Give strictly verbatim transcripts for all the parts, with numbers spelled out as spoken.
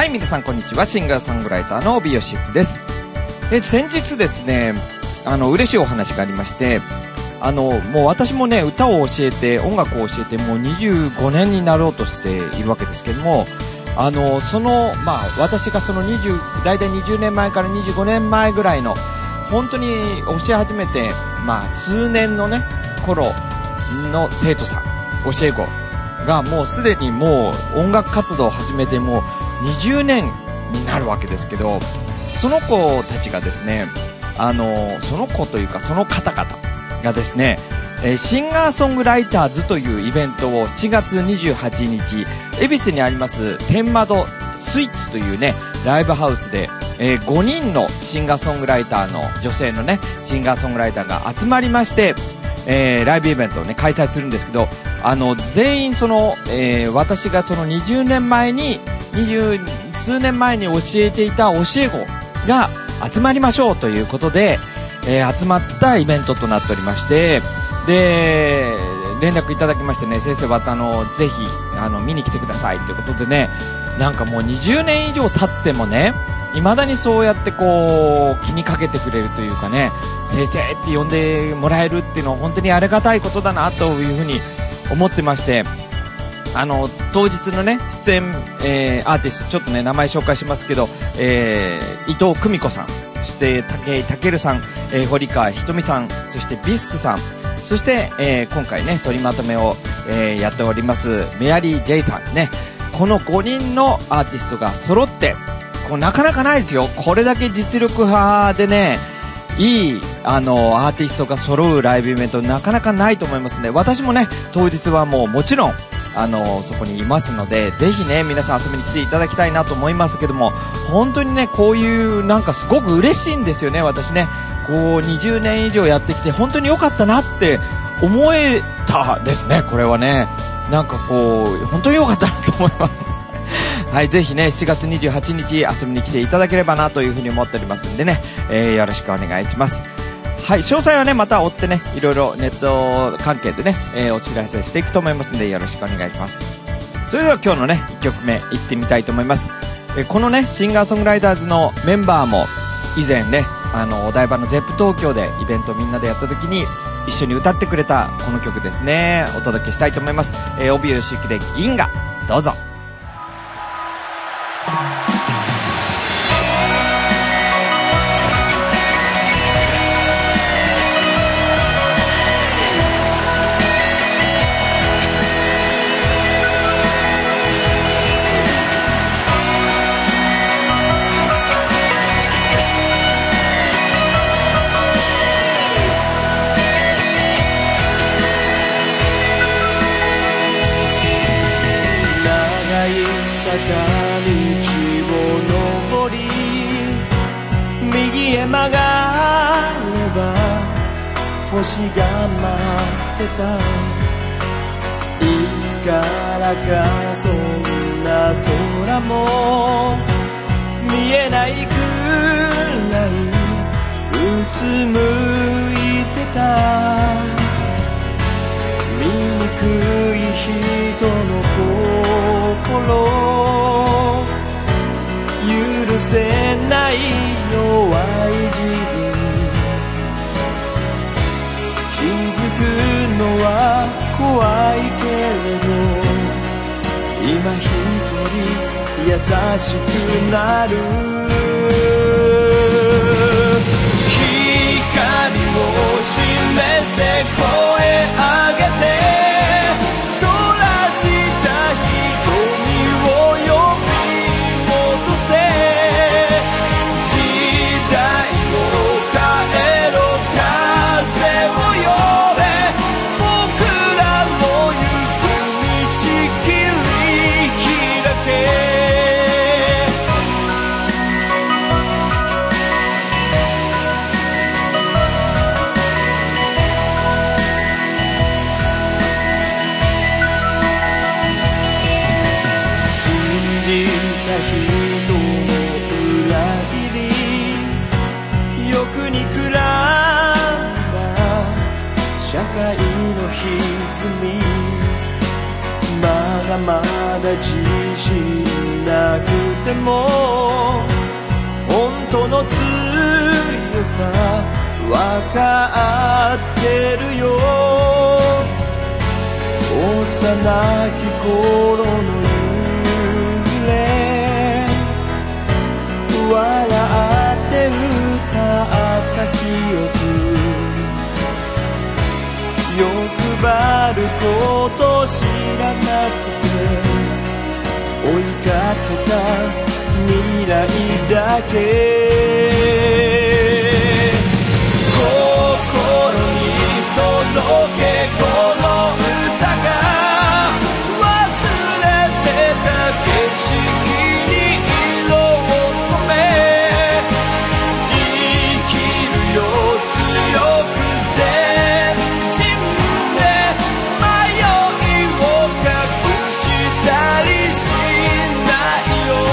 、皆さんこんにちは。シンガーソングライターの帯吉幸です。え先日ですね、あの嬉しいお話がありまして、あのもう私もね、歌を教えて、音楽を教えてもうにじゅうごねんになろうとしているわけですけども、あのそのまあ私がそのにじゅう大体にじゅうねんまえからにじゅうごねんまえぐらいの本当に教え始めてまあ数年のね頃の生徒さん、教え子がもうすでにもう音楽活動を始めてもうにじゅうねんになるわけですけど、その子たちがですね、あのその子というかその方々がですね、えー、シンガーソングライターズというイベントをしちがつにじゅうはちにち恵比寿にあります天窓スイッチというねライブハウスで、えー、ごにんのシンガーソングライターの女性のねシンガーソングライターが集まりまして、えー、ライブイベントをね開催するんですけど、あの全員その、えー、私がそのにじゅうねんまえににじゅうすうねんまえに教えていた教え子が集まりましょうということで、えー、集まったイベントとなっておりまして、で連絡いただきましてね、先生またあのぜひあの見に来てくださいということでね、なんかもうにじゅうねん以上経ってもね、未だにそうやってこう気にかけてくれるというかね、先生って呼んでもらえるっていうのは本当にありがたいことだなというふうに思ってまして、あの当日のね出演、えー、アーティストちょっとね名前紹介しますけど、えー、伊藤久美子さん、そして武井健さん、えー、堀川ひとみさん、そしてビスクさん、そして、えー、今回ね取りまとめを、えー、やっておりますメアリー・ジェイさんね、このごにんのアーティストが揃ってこうなかなかないですよ。これだけ実力派でねいいあのアーティストが揃うライブイベントなかなかないと思いますので、私もね当日はもうもちろんあのそこにいますので、ぜひね皆さん遊びに来ていただきたいなと思いますけども、本当にねこういうなんかすごく嬉しいんですよね。私ねこうにじゅうねん以上やってきて本当に良かったなって思えたですね。これはねなんかこう本当に良かったなと思いますはい、ぜひねしちがつにじゅうはちにち遊びに来ていただければなというふうに思っておりますんでね、えー、よろしくお願いします。はい、詳細はねまた追ってねいろいろネット関係でね、えー、お知らせしていくと思いますのでよろしくお願いします。それでは今日のねいっきょくめいってみたいと思います。えー、このねシンガーソングライターズのメンバーも以前ねあのお台場の ゼップ 東京でイベントみんなでやった時に一緒に歌ってくれたこの曲ですね、お届けしたいと思います。えー、帯吉幸で銀河、どうぞ。 坂道を登り右へ曲がれば星が待ってた、いつからかそんな空も見えないくらいうつむいてた、醜い人の心許せない弱い自分、気づくのは怖いけれど今一人優しくなる、光を示せ声上げて社会の歪み、まだまだ自信なくても本当の強さわかってるよ。幼き頃の夕暮れ笑って歌った記憶欲張ること知らなくて追いかけた未来だけ心に届けこの歌が忘れてた景色に色を染め生きるよ強く全身で迷いを隠したりしないよ。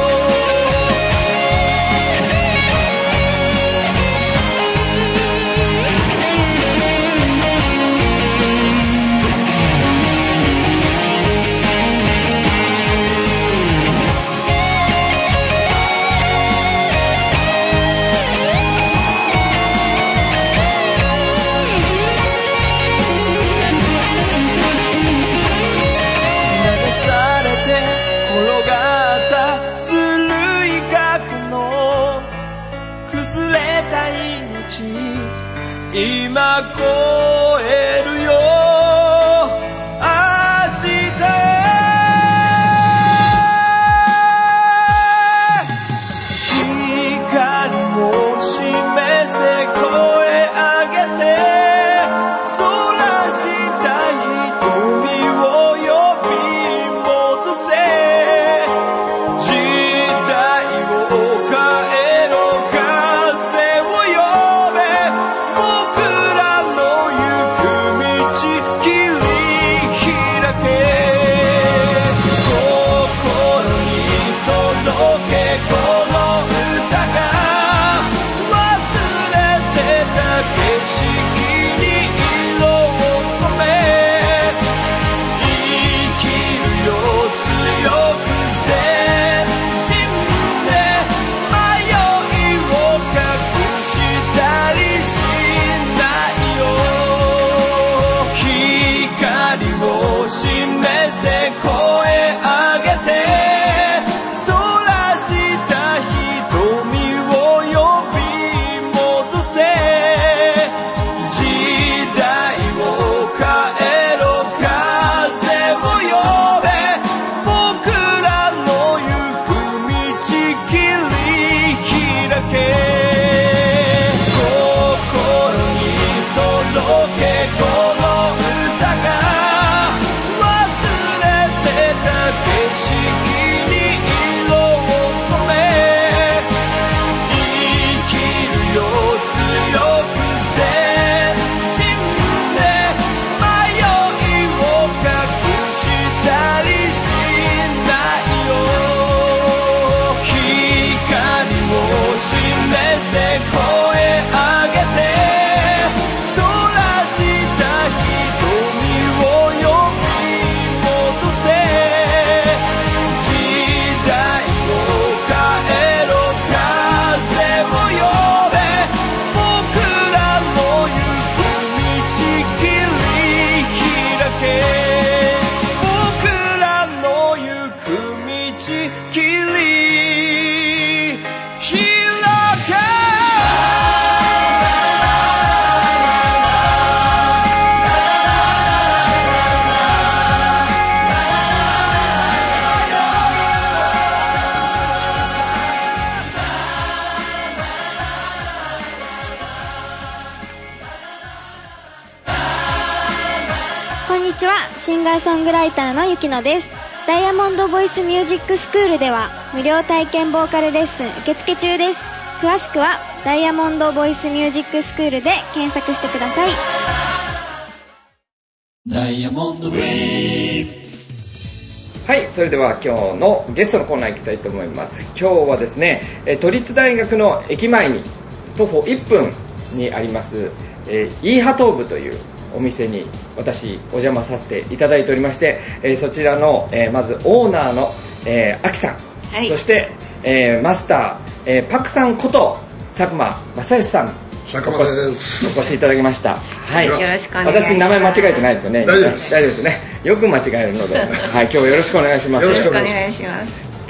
今超えるよ明日光を示せ声上げてそらした瞳を呼び戻せ時代を変えろ風を呼べ僕らの行く道切り開け心に届けこの歌が忘れてた景色に色を染め生きるよ強く全身で迷いを隠したりしないよ光を示せ声上げてそらした瞳を呼び戻せ時代を変えろ風を呼べ僕らの行く道切り開け心に届けこの歌が忘れてた景色に色を染め生きるよ強く全身で迷いを隠したりしないよ光を示せ声上げてそらした瞳を呼び戻せ時代を変えろ風を呼べ僕らの行く道切り開け僕らの行く道切り開けこんにちは、シンガーソングライターのゆきのです。ダイヤモンドボイスミュージックスクールでは無料体験ボーカルレッスン受付中です。詳しくはダイヤモンドボイスミュージックスクールで検索してください。 ダイヤモンドウェーブ。 はい、それでは今日のゲストのコーナー行きたいと思います。今日はですね、えー都立大学の駅前に徒歩いっぷんにあります、えー、イーハトーブというお店に私お邪魔させていただいておりまして、えーそちらの、えーまずオーナーの、 えー、アキさん、 はい、 そして、えー、マスター、えー、パクさんこと佐久間正義さん佐久間です。 お越しいただきました。はい、 よろしくお願いします。 私名前間違えてないですよね。 大丈夫です。 大丈夫ですね。よく間違えるので、はい、今日はよろしくお願いします。 よろしくお願いします。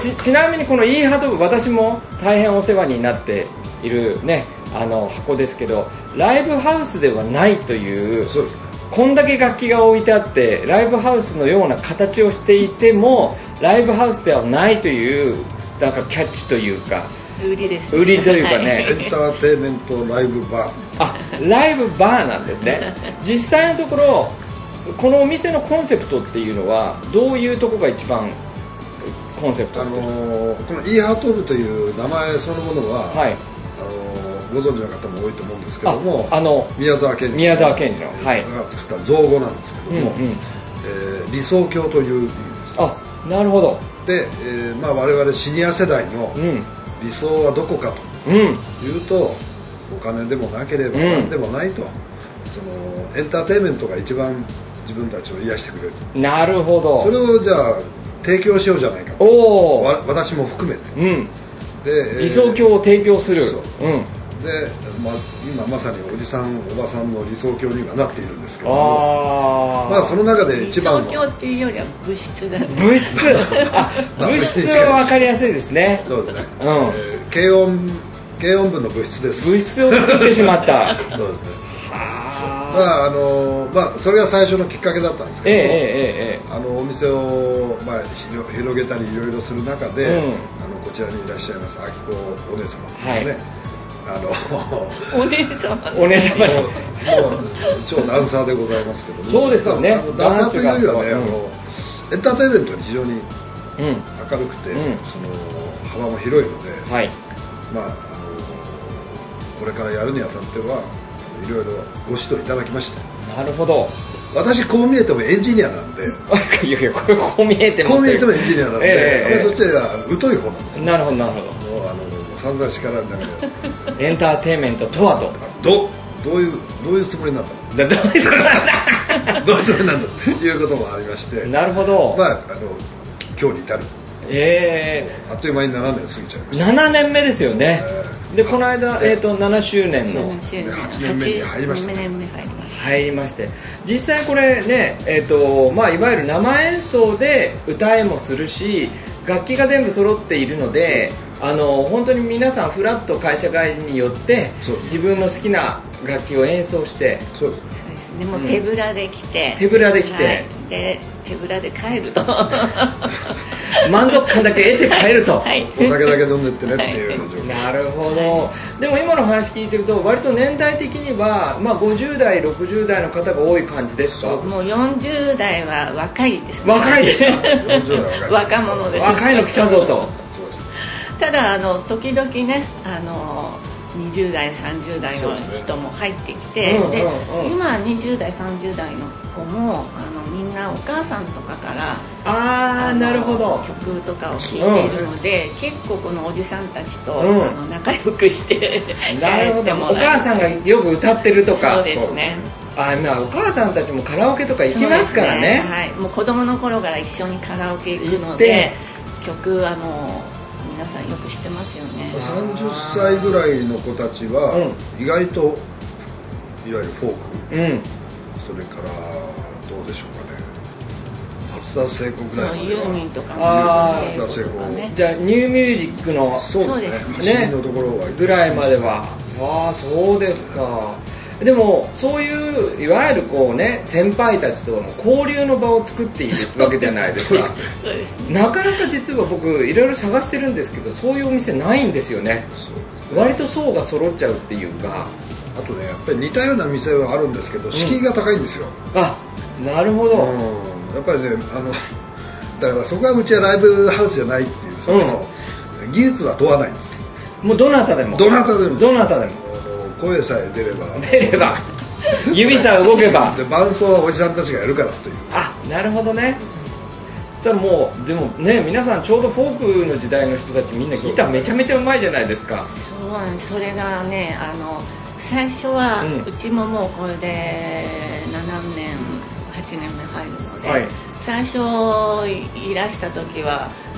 ち, ちなみにこの e ハート部、私も大変お世話になっているね、あの箱ですけど、ライブハウスではないという、 そうですね、 こんだけ楽器が置いてあってライブハウスのような形をしていてもライブハウスではないというなんかキャッチというか売りです、ね、 売りというかねエンターテインメントライブバー、 あ、ライブバーなんですね。実際のところこのお店のコンセプトっていうのはどういうところが一番コンセプトあとして、 のー、この e ハート部という名前そのものは、 はい、 あのー、ご存知の方も多いと思うんですけども、 ああの宮沢賢治宮沢賢治の、はい、 が作った造語なんですけども、 うんうん、 えー、理想郷という意味です。 あ、なるほど。 で、えーまあ、我々シニア世代の理想はどこかというと、うん、お金でもなければ何でもないと、うん、そのエンターテインメントが一番自分たちを癒してくれる。なるほど。それをじゃあ提供しようじゃないかと、おわ私も含めて、うん、 で、理想郷を提供する。そう、 うん、で、ま、今まさにおじさんおばさんの理想郷にはなっているんですけども、あ、まあ、その中で一番の理想郷っていうよりは物質だね。 物質あ、物質は分かりやすいですね。 そうですね、うん、えー、軽音軽音部の物質です。 物質を作ってしまったそうですね。まああのまあ、それが最初のきっかけだったんですけど、えーえーえー、あのお店を、まあ、広げたりいろいろする中で、うん、あのこちらにいらっしゃいますあきこお姉様ですね、はい、あのお姉様お姉様もう超ダンサーでございますけども、 そうですよね、 あのダンサーというよりはね、うん、あのエンターテインメントに非常に明るくて、うん、その幅も広いので、はい、まあ、あのこれからやるにあたってはいろいろご指導いただきまして。 なるほど。 私こう見えてもエンジニアなんでいやいや、こう見えてもこう見えてもエンジニアなんで、えー、あまりそっちは疎い方なんです、ね、 なるほどなるほど。 もうあの散々叱られながらやってますエンターテインメントとはとどどういうどういうつもりなんだどういうつもりなんだどういうつもりなんだということもありまして、 なるほど。 まああの今日に至る、 えー、 あっという間にななねん過ぎちゃいました。 ななねんめですよね、えー、でこの間、えー、とななしゅうねんのはちねんめに入りました、ね、 入りまして実際これね、えーとまあ、いわゆる生演奏で歌えもするし楽器が全部揃っているので、あの本当に皆さんフラッと会社帰りによって自分の好きな楽器を演奏して、 そうですね、もう手ぶらで来て、 うん、手ぶらで来て、はい、 で手ぶらで帰ると満足感だけ得て帰ると、 はい、お酒だけ飲んでってねっていうような状況。 なるほど。でも今の話聞いてると割と年代的には、まあ、ごじゅうだいろくじゅうだいの方が多い感じですか。 もうよんじゅうだいは若いですね。 若いですか若者です。 若いの来たぞとただあの時々ね、あのにじゅうだいさんじゅうだいの人も入ってきて、ね、で、うんうん、今にじゅうだいさんじゅうだいの子もあのみんなお母さんとかからああなるほど曲とかを聴いているので、うん、結構このおじさんたちと、うん、あの仲良くしてなるほど。お母さんがよく歌ってるとか。 そうですね。 あ、今お母さんたちもカラオケとか行きますから ね, ね、 はい、もう子供の頃から一緒にカラオケ行くので曲あの皆さんよく知ってますよね。 さんじゅっさいぐらいの子たちは、うん、意外といわゆるフォーク、うん、それからどうでしょうかね、松田聖子ぐらいまでは、 ユーミンとか松田聖子、 ね、じゃあニューミュージックのそうですね、ねのところはぐらいまでは。ああそうですか。でもそういういわゆるこうね先輩たちとの交流の場を作っているわけじゃないですか。 そうですね。 なかなか実は僕いろいろ探してるんですけどそういうお店ないんですよね。そう割と層が揃っちゃうっていうか。 あとねやっぱり似たような店はあるんですけど敷居が高いんですよ、 うん、あなるほど、うん、 やっぱりねあのだからそこはうちはライブハウスじゃないっていうその、うん、技術は問わないんです。 もうどなたでもどなたでもどなたでも声さえ出れば出れば指さえ動けばで伴奏はおじさんたちがやるからという。 あなるほどね。そしたらもうでもね皆さんちょうどフォークの時代の人たちみんなギターめちゃめちゃうまいじゃないですか。 そうなんです。それがねあの最初は、うん、うちももうこれでななねんはちねんめ入るので、はい、最初いらした時は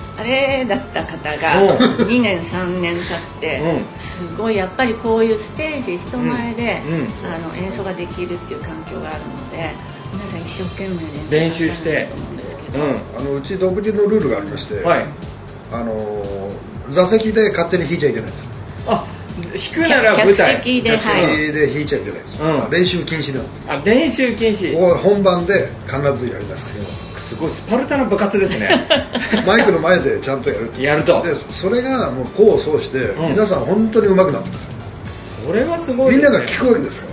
あれだった方がにねんさんねん経って、うん、すごいやっぱりこういうステージ人前で、うんうん、あの演奏ができるっていう環境があるので皆さん一生懸命練習してると思うんですけど、うん、 あのうち独自のルールがありまして、はい、あの座席で勝手に弾いちゃいけないんです。 あ、弾くなら舞台客席で、 客席で弾いちゃいけないです、うん、練習禁止なんです。 あ、練習禁止。 本番で必ずやります。 すごいスパルタな部活ですねマイクの前でちゃんとやるとやるとでそれがもう功を奏して、うん、皆さん本当に上手くなってます。 それはすごいですね。 みんなが聴くわけですから。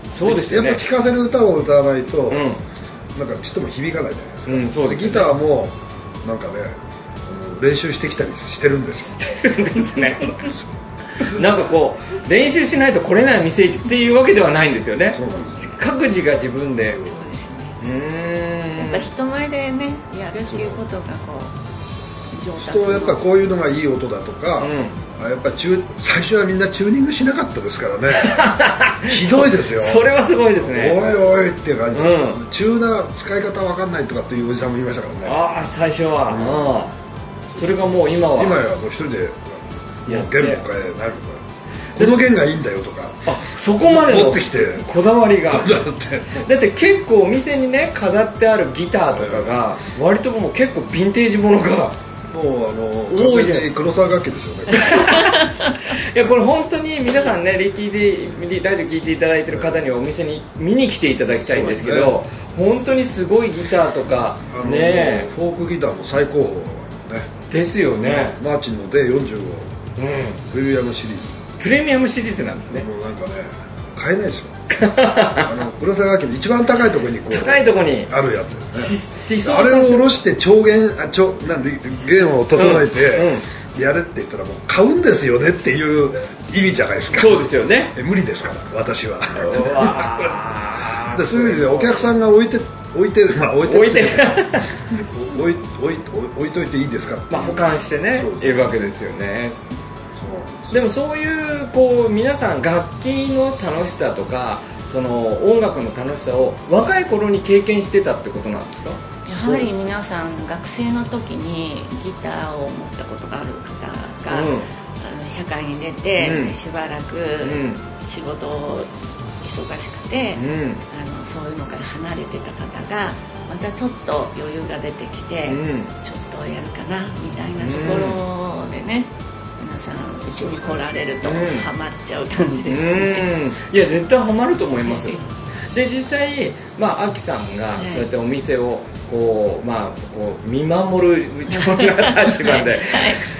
そうですよね。 やっぱ聴かせる歌を歌わないと、うん、なんかちっとも響かないじゃないですか、うん、そうですね。ギターもなんかね練習してきたりしてるんですよ。してるんですねなんかこう練習しないと来れない店っていうわけではないんですよね。そうなんです。各自が自分で。そうですね。うーん。 やっぱ人前でねやるっていうことがこう上達の。 やっぱこういうのがいい音だとか、うん、やっぱチュ最初はみんなチューニングしなかったですからねひどいですよ。 それはすごいですね。 おいおいっていう感じです、うん、チューナー使い方わかんないとかっていうおじさんもいましたからね。 ああ最初は、うん、それがもう今は今はもう一人で弦も変え何も変えこの弦がいいんだよとか、 あそこまでの持ってきてこだわりがだって結構お店にね飾ってあるギターとかが割ともう結構ヴィンテージものがもうあの多いじゃない。黒沢楽器ですよねいやこれ本当に皆さんねリキでラジオ聞いていただいてる方にはお店に見に来ていただきたいんですけど、ね、本当にすごいギターとかねフォークギターの最高峰ねですよね。 マーチンの ディーよんじゅうご、うん、プレミアムシリーズプレミアムシリーズなんですね。 もうなんかね買えないですよあの黒沢楽器の一番高いところにこう高いところにあるやつですね。 ししあれを下ろして調弦あちょなんで弦を整えてやれって言ったらもう買うんですよねっていう意味じゃないですか。 そうですよね。 え無理ですから私はでそういう意味でお客さんが置いて置いてまあ置いて置いて置い置い置いといていいですかってまあ保管してねいるわけですよね。でもそういうこう皆さん楽器の楽しさとかその音楽の楽しさを若い頃に経験してたってことなんですか。 やはり皆さん学生の時にギターを持ったことがある方が、うん、あの社会に出て、うん、しばらく仕事忙しくて、うん、あのそういうのから離れてた方がまたちょっと余裕が出てきて、うん、ちょっとやるかなみたいなところでね、うん、皆さんうちに来られるとハマっちゃう感じですね、 うん、いや絶対ハマると思いますで実際、まあ、アキさんがそうやってお店をこう、まあ、こう見守るような立場で、はい、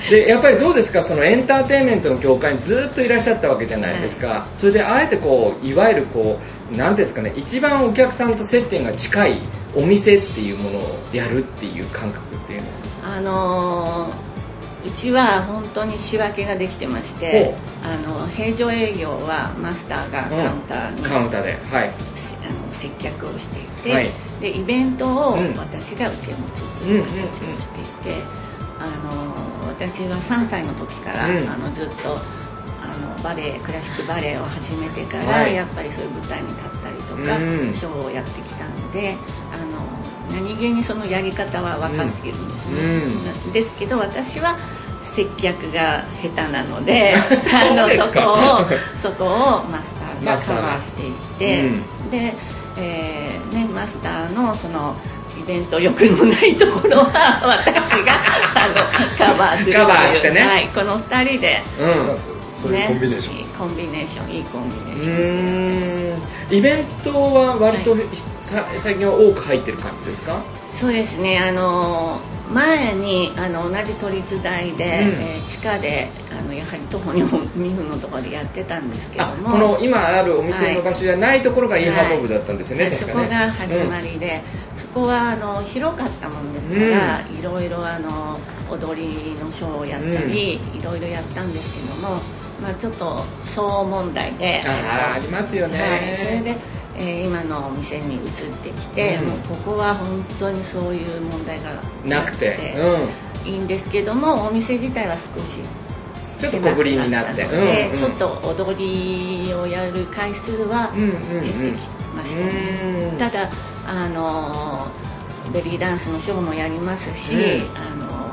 でやっぱりどうですかそのエンターテインメントの業界にずっといらっしゃったわけじゃないですか、はい、それであえてこういわゆるこうなんですかね一番お客さんと接点が近いお店っていうものをやるっていう感覚っていうのはあのーうちは本当に仕分けができてましてあの平常営業はマスターがカウンターに、うん、カウンターで、はい、あの接客をしていて、はい、でイベントを私が受け持つという形をしていて、あの私はさんさいの時から、うん、あのずっとあのバレエクラシックバレエを始めてから、はい、やっぱりそういう舞台に立ったりとか、うん、ショーをやってきたのであの何気にそのやり方は分かっているんですね、うん、ですけど私は接客が下手なのであの そ, そこをそこをマスターがカバーしていって、うん、で、えーね、マスターのそのイベント力のないところは私があのカバーするカバーしてね、 はい、このふたりで、 うん、そういうコンビネーション、 ね、コンビネーションいいコンビネーションうーんイベントは割と、はい、最近は多く入ってる感じですか。 そうですねあの前にあの同じ都立大で、うんえー、地下であのやはり徒歩にふんのところでやってたんですけどもこの今あるお店の場所じゃないところがインハート部だったんですよね、はい、 確かねそこが始まりで、うん、そこはあの広かったもんですから、うん、いろいろあの踊りのショーをやったり、うん、いろいろやったんですけども、まあ、ちょっと騒音問題であありますよね、 はい、それでえー、今のお店に移ってきて、うん、もうここは本当にそういう問題がなくて、 うん、いいんですけどもお店自体は少しちょっと小ぶりになって、 うんうん、ちょっと踊りをやる回数は減ってきましたね、うん、ただあのベリーダンスのショーもやりますし、うん、あの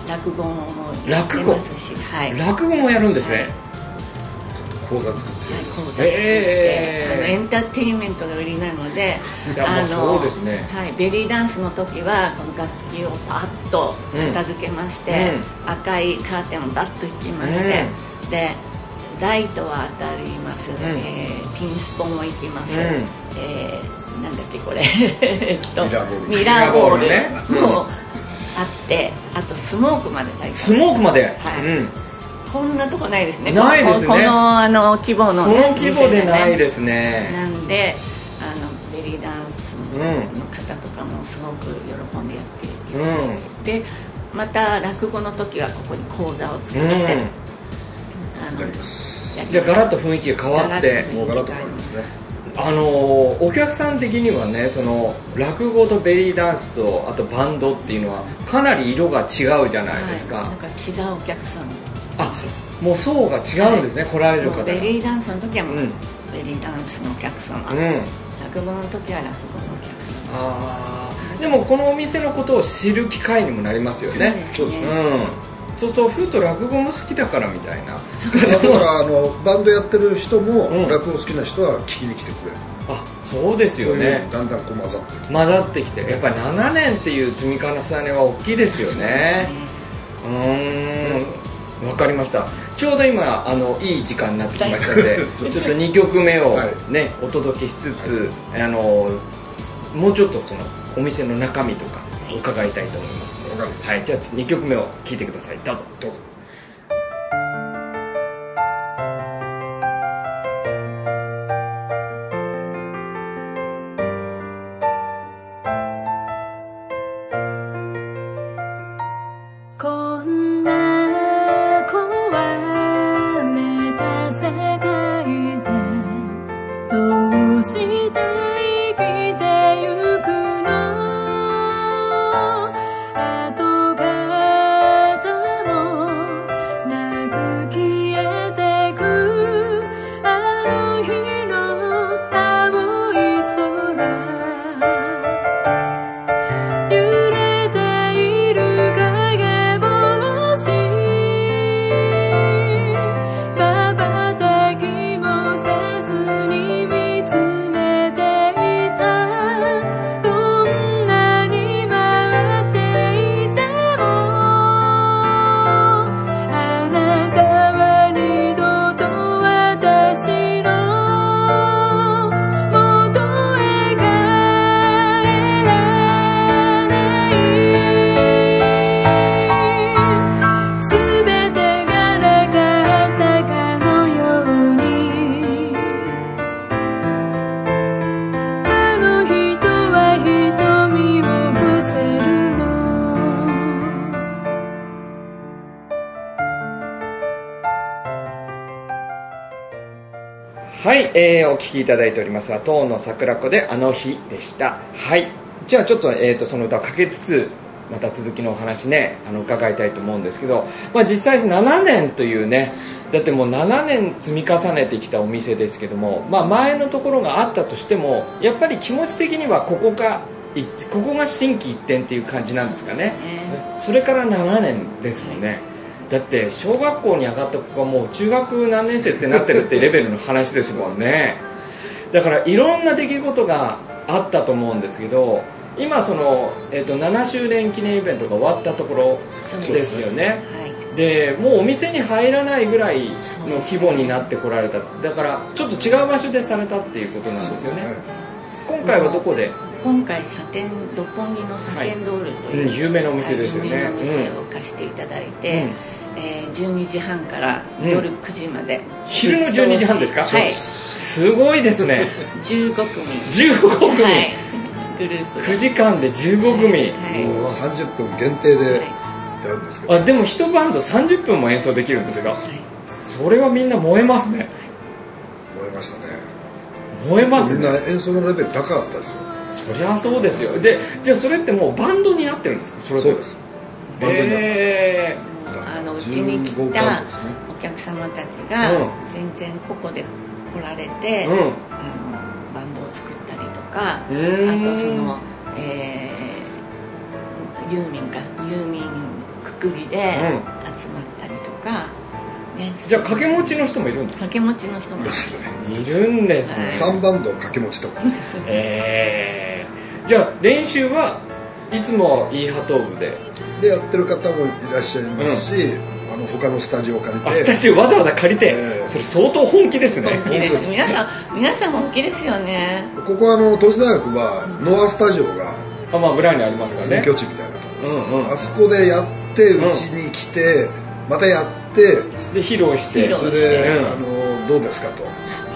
落語もやってますし、はい、 落語もやるんですね。 講座作って、 はい、講座作って、えー、あのエンターテインメントが売りなので、 あのそうですね、 はい、ベリーダンスの時はこの楽器をパッと片付けまして、うん、赤いカーテンをバッと引きまして、うん、でライトは当たります、うん、えー、ピンスポンも行きます、うん、えー、なんだっけこれえっとミラーボールミラーボールねもうあって、あとスモークまで炊いて、 スモークまで、はい、うん、 こんなとこないですね。 ないですね。 このあの規模の、ね、 この規模でないですね。 なんであのベリーダンスの方とかもすごく喜んでやっている、うん、でまた落語の時はここに講座を作って、うん、あのじゃあガラッと雰囲気が変わって、 もうガラッと変わりますね。 あのお客さん的にはね、その落語とベリーダンスとあとバンドっていうのはかなり色が違うじゃないですか。 はい、なんか違うお客さん。 あ、もう層が違うんですね、はい、来られる方が。 ベリーダンスの時はもう、うん、ベリーダンスのお客様、うん、落語の時は落語のお客様。 ああ、でもこのお店のことを知る機会にもなりますよね。 そうですね、 うん、そうするとふと落語も好きだからみたいな。だからあのバンドやってる人も、うん、落語好きな人は聞きに来てくれる。 あ、そうですよね。 だんだんこう混ざってきて混ざってきて、やっぱりななねんっていう積み重ねは大きいですよね。うーん、わかりました。ちょうど今あのいい時間になってきましたのでちょっとにきょくめをね、はい、お届けしつつ、はい、あのもうちょっとそのお店の中身とか伺いたいと思いますので、はい、はい、じゃあにきょくめを聴いてください。どうぞどうぞ。 はい、えー、お聴きいただいておりますは遠野桜子であの日でした。はい、じゃあちょっと、えーと、その歌をかけつつまた続きのお話ね、あの伺いたいと思うんですけど、まあ、実際ななねんというね、だってもうななねん積み重ねてきたお店ですけども、まあ、前のところがあったとしてもやっぱり気持ち的にはここがここが心機一転っていう感じなんですかね。それからななねんですもんね。だって小学校に上がった子がもう中学何年生ってなってるってレベルの話ですもんね。だからいろんな出来事があったと思うんですけど、今その、えー、とななしゅうねん記念イベントが終わったところですよね。でもうお店に入らないぐらいの規模になってこられた。だからちょっと違う場所でされたっていうことなんですよね。今回はどこで？ 今回サテン六本木のサテンドールという、 はい、うん、有名なお店ですよね。 有名なお店を貸していただいて、うんえー、じゅうにじはんから夜くじまで、うん、 昼のじゅうにじはんですか？はい、すごいですね。 じゅうごくみじゅうごくみ、はい、 グループくじかんでじゅうごくみ、はいはい、もうさんじゅっぷん限定でやるんですけど、 あでも一バンドさんじゅっぷんも演奏できるんですか？はい、それはみんな燃えますね。 燃えましたね。 燃えますね。 みんな演奏のレベル高かったですよ。 そりゃそうですよ。でじゃあそれってもうバンドになってるんですか？それそうです。バンドになってる。 えーあのうちに来たお客様たちが全然個々で来られて、うん、あのバンドを作ったりとか、あとその、えー、ユーミンかユーミンくりで集まったりとか、うんね、 じゃあ掛け持ちの人もいるんですか？ 掛け持ちの人もいますいるんですね、はい、 さんバンド掛け持ちとかえー、じゃあ練習はいつもイーハトーブででやってる方もいらっしゃいますし、うん、あの他のスタジオを借りて、 あスタジオわざわざ借りて、えー、それ相当本気ですね。 本気です皆さん皆さん本気ですよね。 ここはあの東司大学はノアスタジオがあ、まあ、裏にありますからね、 本拠地みたいなところです、 うんうん、 あそこでやってうちに来て、うん、またやってで披露してそれで、うん、あのどうですかと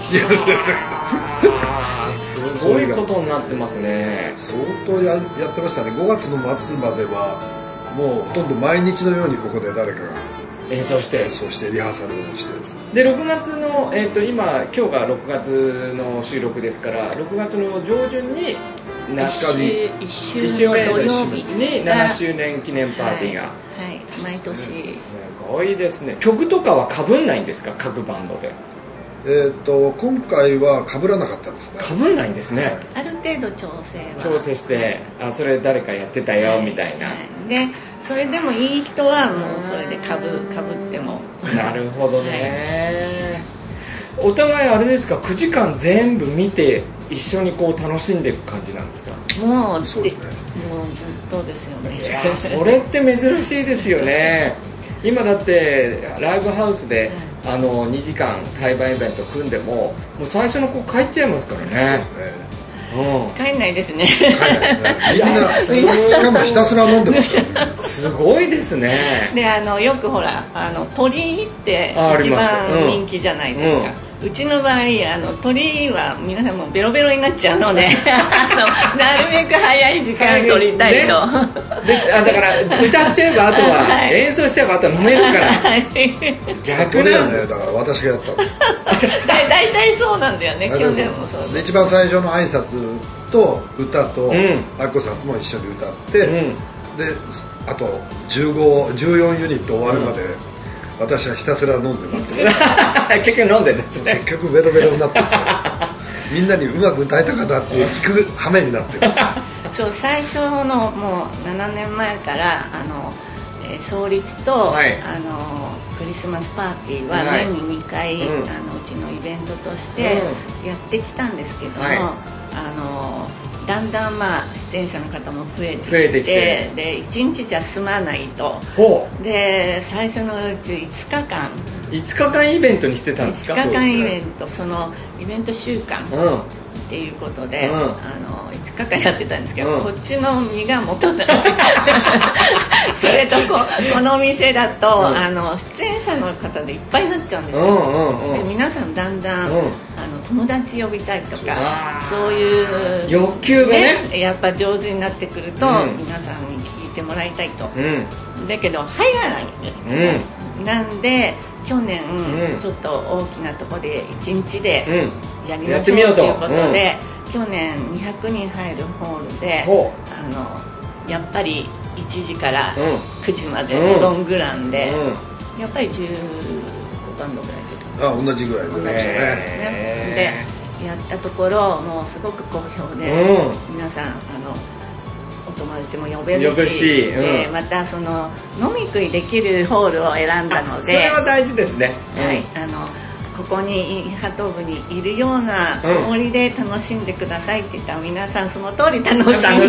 あすごいことになってますね。 相当 や, やってましたね。ごがつの末まではもうほとんど毎日のようにここで誰かが演奏して演奏してリハーサルをしてでろくがつの、えー、と今今日がろくがつの収録ですからろくがつの上旬に確かにいっしゅうねん土曜日にななしゅうねん記念パーティーが、 はいはい、毎年すごいですね。曲とかはかぶんないんですか？各バンドで。 えー、と今回は被らなかったですね。 被んないんですね。 ある程度調整は調整して、あそれ誰かやってたよ、はい、みたいな、はい、 でそれでもいい人はもうそれでかぶかぶってもなるほどね、はい、お互いあれですか、くじかん全部見て一緒にこう楽しんでいく感じなんですか？ もうそうですね、 もうずっとですよね。 いやそれって珍しいですよね今だってライブハウスで、あのにじかん対バンイベント組んでももう最初の子帰っちゃいますからね。 うん、帰んないですね。 帰んないですね。みんなしかもひたすら飲んでますからね。 すごいですね。 であのよくほらあの鳥居って一番人気じゃないですか。うちの場合あの鳥居は皆さんもうベロベロになっちゃうのであのなるべく早い時間取りたいと、ね、 であだから歌っちゃえばあとは、はい、演奏しちゃえばあとは飲めるから、はい、逆なんね。だから私がやったのだ大体そうなんだよね。去年もそうで一番最初の挨拶と歌と、うん、あっこさんとも一緒に歌って、うん、であとじゅうご、じゅうよんユニット終わるまで、うん私はひたすら飲んで待って結局飲んでるんですね。 結局ベロベロになってるみんなにうまく歌えたかなって聞く羽目になってるそう最初のもうななねんまえからあの、えー、創立と、はい、あのクリスマスパーティーは年ににかい、はい、あのうちのイベントとしてやってきたんですけども、はい、あのだんだんまあ出演者の方も増えてきて、増えてきてでいちにちじゃ済まないと。ほうで最初のうちいつかかんいつかかんイベントにしてたんですか？ いつかかんイベント、そのイベント週間っていうことで、うん、あのいつかかんやってたんですけど、うん、こっちの身が持たないそれとここのお店だと、うん、あの出演者の方でいっぱいになっちゃうんですよ、うんうんうん、で皆さんだんだん、うん、あの友達呼びたいとかそういう欲求がね、 ねやっぱ上手になってくると、うん、皆さんに聞いてもらいたいと、うん、だけど入らないんです、うん、なんで去年、うん、ちょっと大きなところでいちにちでやりましょうということで、うん、去年にひゃくにん入るホールで、うん、あのやっぱりいちじからくじまでのロングランで、うん、やっぱりじゅうごバンドぐらい出てます。 あ、同じぐらいで、 同じぐらいですね。でやったところもうすごく好評で、うん、皆さんあのお友達も呼べるし、 呼ぶし、うんでまたその飲み食いできるホールを選んだので、それは大事ですね、 はい、うん、あのここにハト部にいるようなつもりで楽しんでくださいって言ったら、皆さんその通り楽しんでくださって、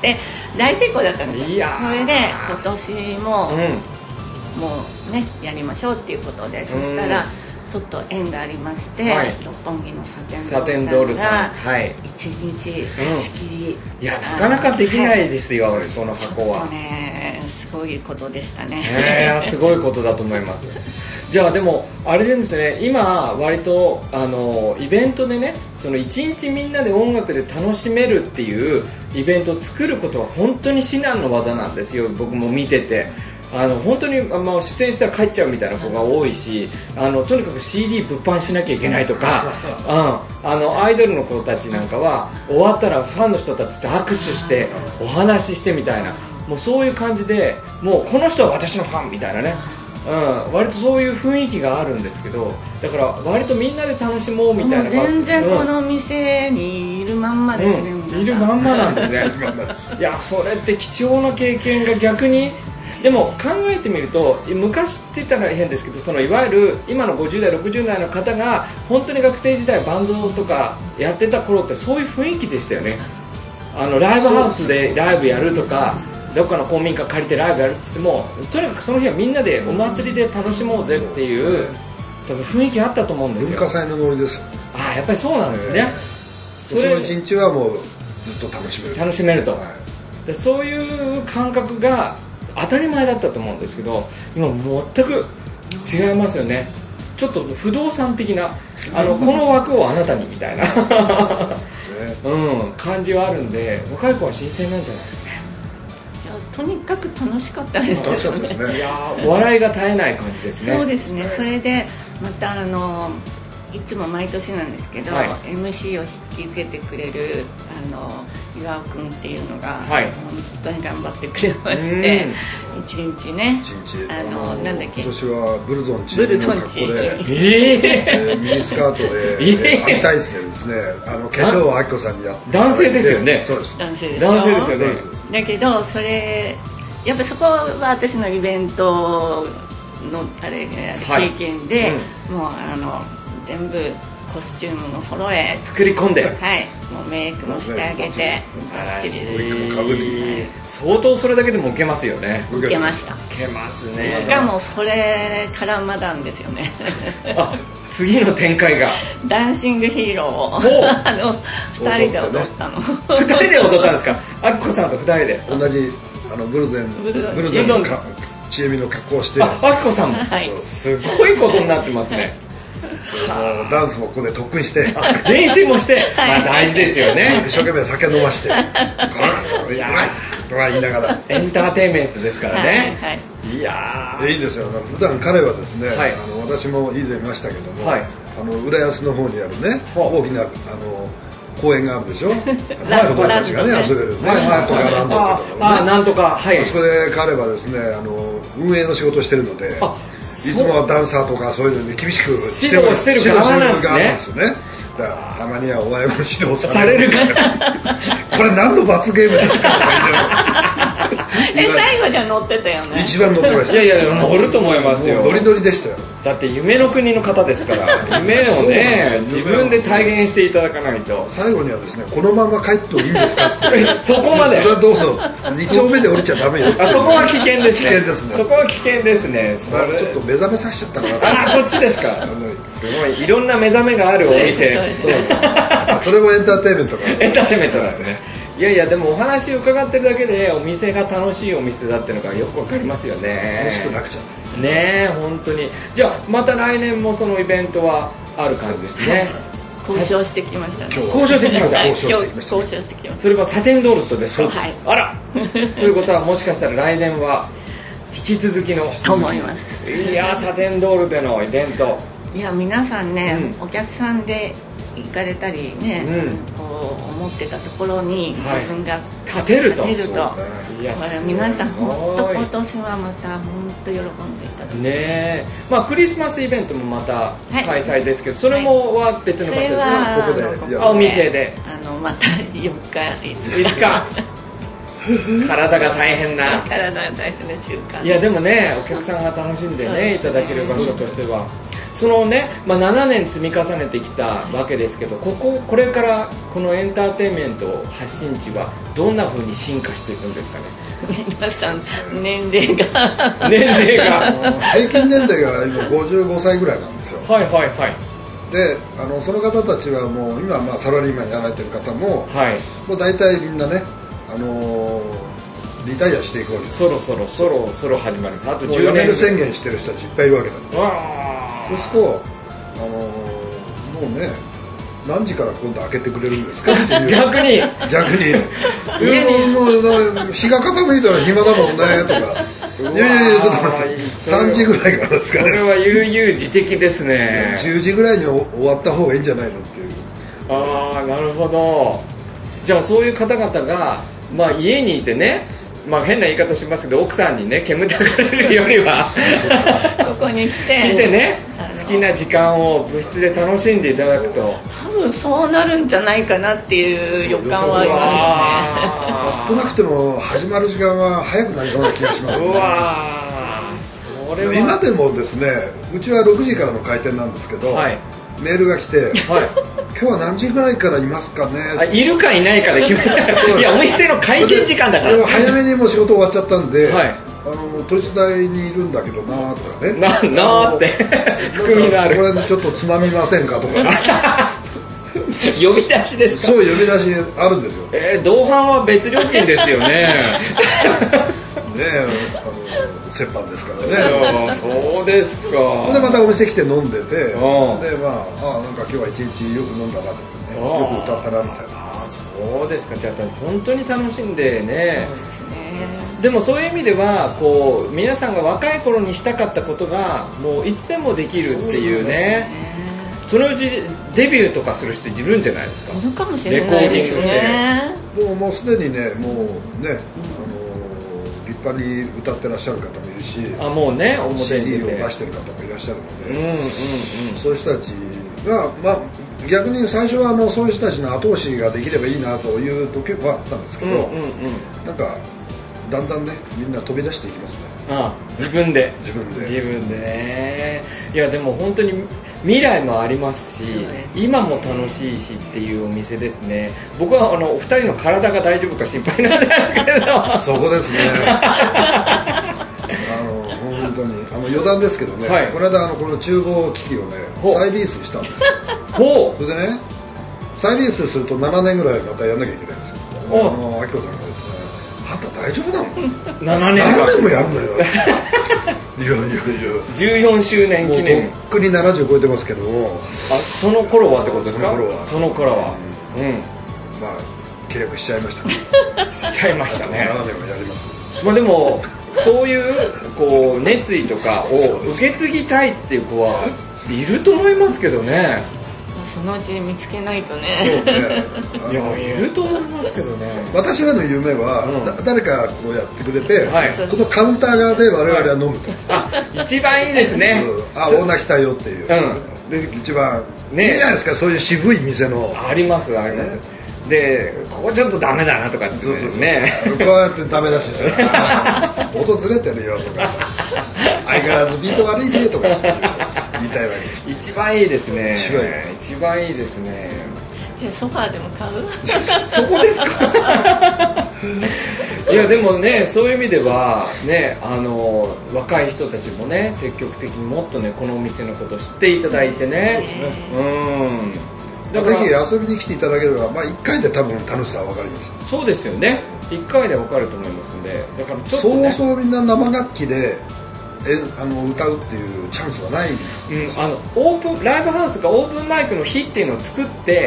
ね、大成功だったんですよ。いやそれで今年も、うん、もうねやりましょうっていうことで、そしたらちょっと縁がありまして、はい、六本木のサテンドールさんが一日貸し切り、 うん、いやなかなかできないですよ、はい、この箱は。 ちょっとねすごいことでしたね。 えー、すごいことだと思います。じゃあでもあれですね、今割とあのイベントでね、その一日みんなで音楽で楽しめるっていうイベントを作ることは本当に至難の技なんですよ。僕も見ててあの本当に、まあ、出演したら帰っちゃうみたいな子が多いし、あのとにかく シーディー 物販しなきゃいけないとか、うん、あのアイドルの子たちなんかは終わったらファンの人たちと握手してお話ししてみたいな、もうそういう感じで、もうこの人は私のファンみたいなね、うん、割とそういう雰囲気があるんですけど、だから割とみんなで楽しもうみたいな。 全然この店にいるまんまですね、 うん、いるまんまなんですねいやそれって貴重な経験が逆にでも考えてみると昔って言ったら変ですけど、そのいわゆる今のごじゅう代ろくじゅう代の方が本当に学生時代バンドとかやってた頃ってそういう雰囲気でしたよね。あのライブハウスでライブやるとか、どっかの公民館借りてライブやるって言っても、とにかくその日はみんなでお祭りで楽しもうぜっていう多分雰囲気あったと思うんですよ。 文化祭のノリですよ。 ああ、やっぱりそうなんですね。 それその一日はもうずっと楽しめる楽しめると、 はい、 でそういう感覚が当たり前だったと思うんですけど、今全く違いますよね。ちょっと不動産的なあのこの枠をあなたにみたいな、うん、感じはあるんで、若い子は新鮮なんじゃないですかね。 いやとにかく楽しかったですね。 楽しかったですね。 いや笑いが絶えない感じですね。 そうですね。それでまたあのいつも毎年なんですけど、はい、エムシー を引き受けてくれるあの岩尾君っていうのが、はい、本当に頑張ってくれまして、一日ね、 一日あのなんだっけ、 今年はブルゾンチームの格好で、 えー、 ミニスカートで、えー、アリタイツでですね、あの化粧をあきこさんにやって、 男性ですよね。 そうです。 男性ですよ。 男性ですよね。 だけどそれやっぱそこは私のイベントのあれ経験で、はいうん、もうあの全部コスチュームも揃え作り込んで、 はい、もうメイクもしてあげてバッチリです。 かぶり相当それだけでも受けますよね。 受けました。 受けますね。 しかもそれからまだんですよね。 あ、次の展開がダンシングヒーローをあのふたりで踊ったの。 ふたりで踊ったんですか。あきこさんとふたりで同じあのブルゼンブルゼンのちえみの格好をして、 あきこさんも、はい、すごいことになってますね。 もうダンスもここで特訓して練習もして、まあ大事ですよね。 一生懸命酒飲ましていやー言いながらエンターテインメントですからね。 はい、はい、 いやーいいですよ。普段彼はですね、はい、あの私も以前見ましたけども、はい、あの浦安の方にあるね大きなあの公園があるでしょ。子供たちがね遊べるね、なんとかランドとかね、なんとか、はい、 そこで彼はですね、あの運営の仕事をしてるので、いつもはダンサーとかそういうのに厳しく指導してる側なんですね。 だからたまにはお前も指導されるからこれ何の罰ゲームですかとかえ最後には乗ってたよね。 一番乗ってました。 いやいや乗ると思いますよ。 ノリノリでしたよ。 だって夢の国の方ですから夢をね自分で体現していただかないと。 最後にはですね、このまま帰ってもいいんですかってそこまでそれはどうぞに丁目で降りちゃダメよ。 あそこは危険ですね。 危険ですね。 そこは危険ですね。 それちょっと目覚めさせちゃったかな。あそっちですか。すごいいろんな目覚めがあるお店。 それもエンターテインメントか。 エンターテインメントなんですね。いやいやでもお話伺ってるだけでお店が楽しいお店だっていうのがよくわかりますよね。 楽しくなくちゃねえ本当に。じゃあまた来年もそのイベントはある感じですね。 交渉してきましたね。 交渉してきました。 交渉してきました。 それはサテンドールとですか。 はい。 あらということはもしかしたら来年は引き続きのと思います。 いやサテンドールでのイベント。 いや皆さんね、うん、お客さんで行かれたりね、うん、こう思ってたところに自分が立てると、 立てると、いや皆さん本当今年はまた本当喜んでいただいてねえ、まあクリスマスイベントもまた開催ですけど、はい、それもは別の場所ですね。 ここであお店であのまたよっかいつか体が大変な体が大変な習慣。 いやでもねお客さんが楽しんで ね, ねいただける場所としては、そのね、まあ、ななねん積み重ねてきたわけですけど、こここれからこのエンターテインメント発信地はどんな風に進化していくんですかね。 皆さん年齢が年齢が平均年齢が今ごじゅうごさいぐらいなんですよ。 はいはいはい。 であのその方たちはもう今まあサラリーマンやられてる方も、 はい、もう大体みんなね、あのー、リタイアしていくわけです。 そろそろそろそろ始まる。あとじゅうねんもう辞める宣言してる人たちいっぱいいるわけなんです。そうすると、あのー、もうね何時から今度開けてくれるんですかっていう逆に逆に家にもう日が傾いたら暇だもんねとかいやいやいやちょっと待ってさんじぐらいからですかね。 それは悠々自適ですね。 じゅうじぐらいに終わった方がいいんじゃないのっていう。 ああなるほど。じゃあそういう方々が、まあ、家にいてね、まあ、変な言い方しますけど奥さんにね煙たがれるよりはここに来て来てね好きな時間を部室で楽しんでいただくと多分そうなるんじゃないかなっていう予感はありますよね。 少なくても始まる時間は早くなりそうな気がしますね。 うわそれは今でもですね、うちはろくじからの開店なんですけど、はい、メールが来て、はい、今日は何時ぐらいからいますかね。 あ、いるかいないかで決めたいやお店の開店時間だから早めにもう仕事終わっちゃったんで、はい、あの都立大にいるんだけどなーとかね、 ななーって含みのあるこれちょっとつまみませんかとか呼び出しですか。 そう、呼び出しあるんですよ。 えー、同伴は別料金ですよねねえ、あの折半ですからねそうですか。 でまたお店来て飲んでて、でまあ、あなんか今日は一日よく飲んだなとかね、よく歌ったなみたいな。 あ、そうですか。じゃあ本当に楽しんでね。 そうですね。 でもそういう意味ではこう皆さんが若い頃にしたかったことがもういつでもできるっていうね。そのうちデビューとかする人いるんじゃないですか。 いるかもしれないですね。 もうもうすでにね、もうね、あの立派に歌ってらっしゃる方もいるし、 あ、もうね、表にシーディー を出してる方もいらっしゃるので、うんうんうん、そういう人たちが、まあ、逆に最初はあのそういう人たちの後押しができればいいなという時はあったんですけど、うんうんうん、なんかだんだんね、みんな飛び出していきますね。 ああ、自分で自分で自分でね。いやでも本当に未来もありますし、今も楽しいしっていうお店ですね。僕はあのお二人の体が大丈夫か心配なんですけどそこですねあの本当にあの余談ですけどね、はい、この間あのこの厨房機器をね再リースしたんですよ。ほう。それでね、再リースするとななねんぐらいまたやんなきゃいけないんですよ。あのあきこさんがですね、あんた大丈夫なのななねんななねんもやるのよいやいやいやじゅうよんしゅうねん記念。 もうとっくにななじゅう超えてますけども、 あ、その頃はってことですか。 その頃はその頃はうん、うん、 まあ契約しちゃいましたねしちゃいましたね。 ななねんもやります。 まあでもそういうこう熱意とかを受け継ぎたいっていう子はいると思いますけどね。 そのうち見つけないとね。 そうねいや、いると思いますけどね。 私らの夢は、うん、だ誰かこうやってくれて、はい、このカウンター側で我々は飲むと、 はい、あ、一番いいですね。 あ、大泣きたよっていう、うん、で一番、ね、いいじゃないですか、そういう渋い店の。 ありますあります、ね、でここちょっとダメだなとかってそうそうそうね、 こうやってダメ出しする音ずれてるよとかさ相変わらずビート悪いねとかって言いたいわけです。 一番いいですね。 一番いい、 一番いいですね。 でソファーでも買うそこですかいやでもね、そういう意味ではね、あの若い人たちもね積極的にもっとねこのお店のことを知っていただいてね、うん、 だからぜひ遊びに来ていただければ、まあ、いっかいで多分楽しさは分かります。 そうですよね、いっかいで分かると思いますんで、だからちょっと、ね、 そうそうみんな生楽器でえあの歌うっていうチャンスはないんですよ、うん、あのオープンライブハウスがオープンマイクの日っていうのを作って、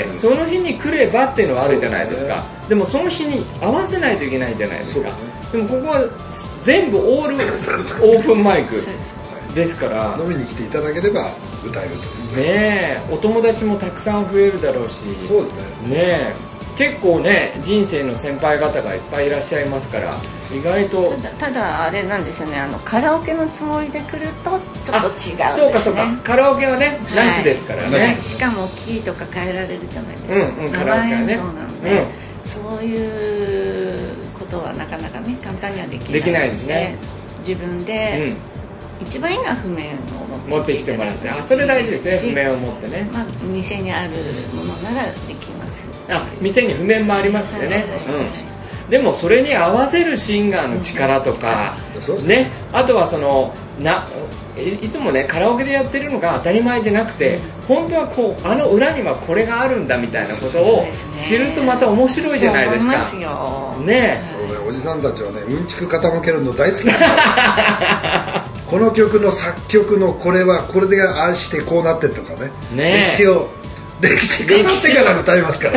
うん、その日に来ればっていうのはあるじゃないですか、ね、でもその日に合わせないといけないじゃないですか、ね、でもここは全部オールオープンマイクですから飲みに来ていただければ歌えるというねえ、お友達もたくさん増えるだろうし、 そうですね、 ねえ、結構ね人生の先輩方がいっぱいいらっしゃいますから意外とただ、ただあれなんですよね、あのカラオケのつもりで来るとちょっと違うんですね。 そうかそうか、カラオケはね、はい、なしですからね。 しかもキーとか変えられるじゃないですか、 うんうん、カラオケはね、 生演奏なんで、うん、そういうことはなかなかね簡単にはできないので、 できないですね。 自分で、うん、一番いいのは譜面を持ってきてもらって、 あ、それ大事ですね、譜面を持ってね、 まあ、店にあるものならできます。 あ、店に譜面もありますんでね、うん、でもそれに合わせるシンガーの力とか、うん、ね、あとはそのないつもねカラオケでやってるのが当たり前じゃなくて、うん、本当はこうあの裏にはこれがあるんだみたいなことを知るとまた面白いじゃないですか。 そう思いますよね。 おじさんたちはねうんちく傾けるの大好きですこの曲の作曲のこれはこれでああしてこうなってとか ね, ね歴史を歴史語ってから歌いますから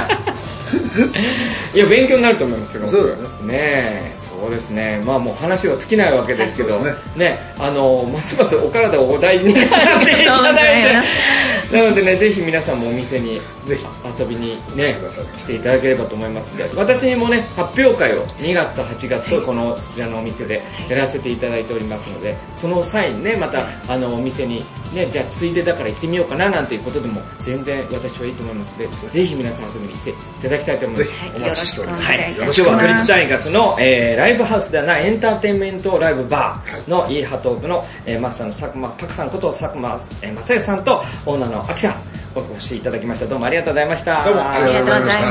いや勉強になると思いますよ。 そうですね。 ねえ、そうですね。まあもう話は尽きないわけですけど、はい、ね, ね、あのますますお体をお大事になっていただいてなのでね、ぜひ皆さんもお店にぜひ遊びにね来ていただければと思いますので、私にもね発表会をにがつとはちがつとこのこちらのお店でやらせていただいておりますので、その際にねまたあのお店にね、じゃあついでだから行ってみようかななんていうことでも全然私はいいと思いますので、ぜひ皆さん遊びに来ていただきたいと思います。 お待ちしております。 はい、今日は都立大学の、えー、ライブハウスではないエンターテインメントライブバーのイーハトーブの、えー、マスターの佐久間拓さんこと佐久間、えー、正義さんとオーナーの秋さんお越しいただきました。どうもありがとうございました。 どうもありがとうございました。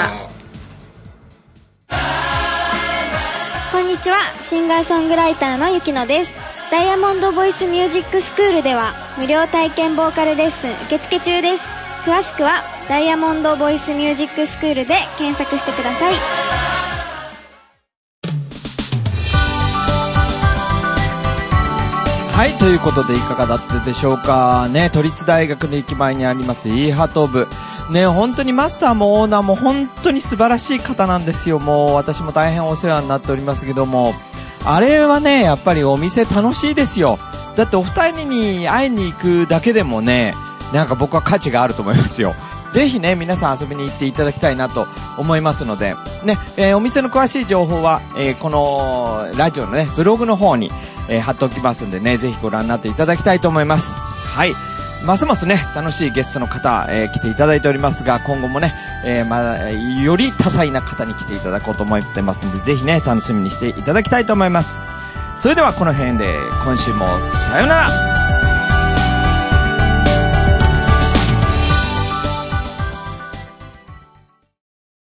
こんにちは、シンガーソングライターのゆきのです。ダイヤモンドボイスミュージックスクールでは無料体験ボーカルレッスン受付中です。詳しくはダイヤモンドボイスミュージックスクールで検索してください。 はい、ということでいかがだったでしょうかね。都立大学の駅前にありますイーハトーブね、本当にマスターもオーナーも本当に素晴らしい方なんですよ。もう私も大変お世話になっておりますけども、あれはねやっぱりお店楽しいですよ。だってお二人に会いに行くだけでもね、なんか僕は価値があると思いますよ。ぜひね皆さん遊びに行っていただきたいなと思いますのでね、えー、お店の詳しい情報は、えー、このラジオのねブログの方に、えー、貼っておきますんでね、ぜひご覧になっていただきたいと思います。はい、ますますね楽しいゲストの方、えー、来ていただいておりますが、今後もね、えーまあ、より多彩な方に来ていただこうと思ってますので、ぜひね楽しみにしていただきたいと思います。それではこの辺で今週もさようなら。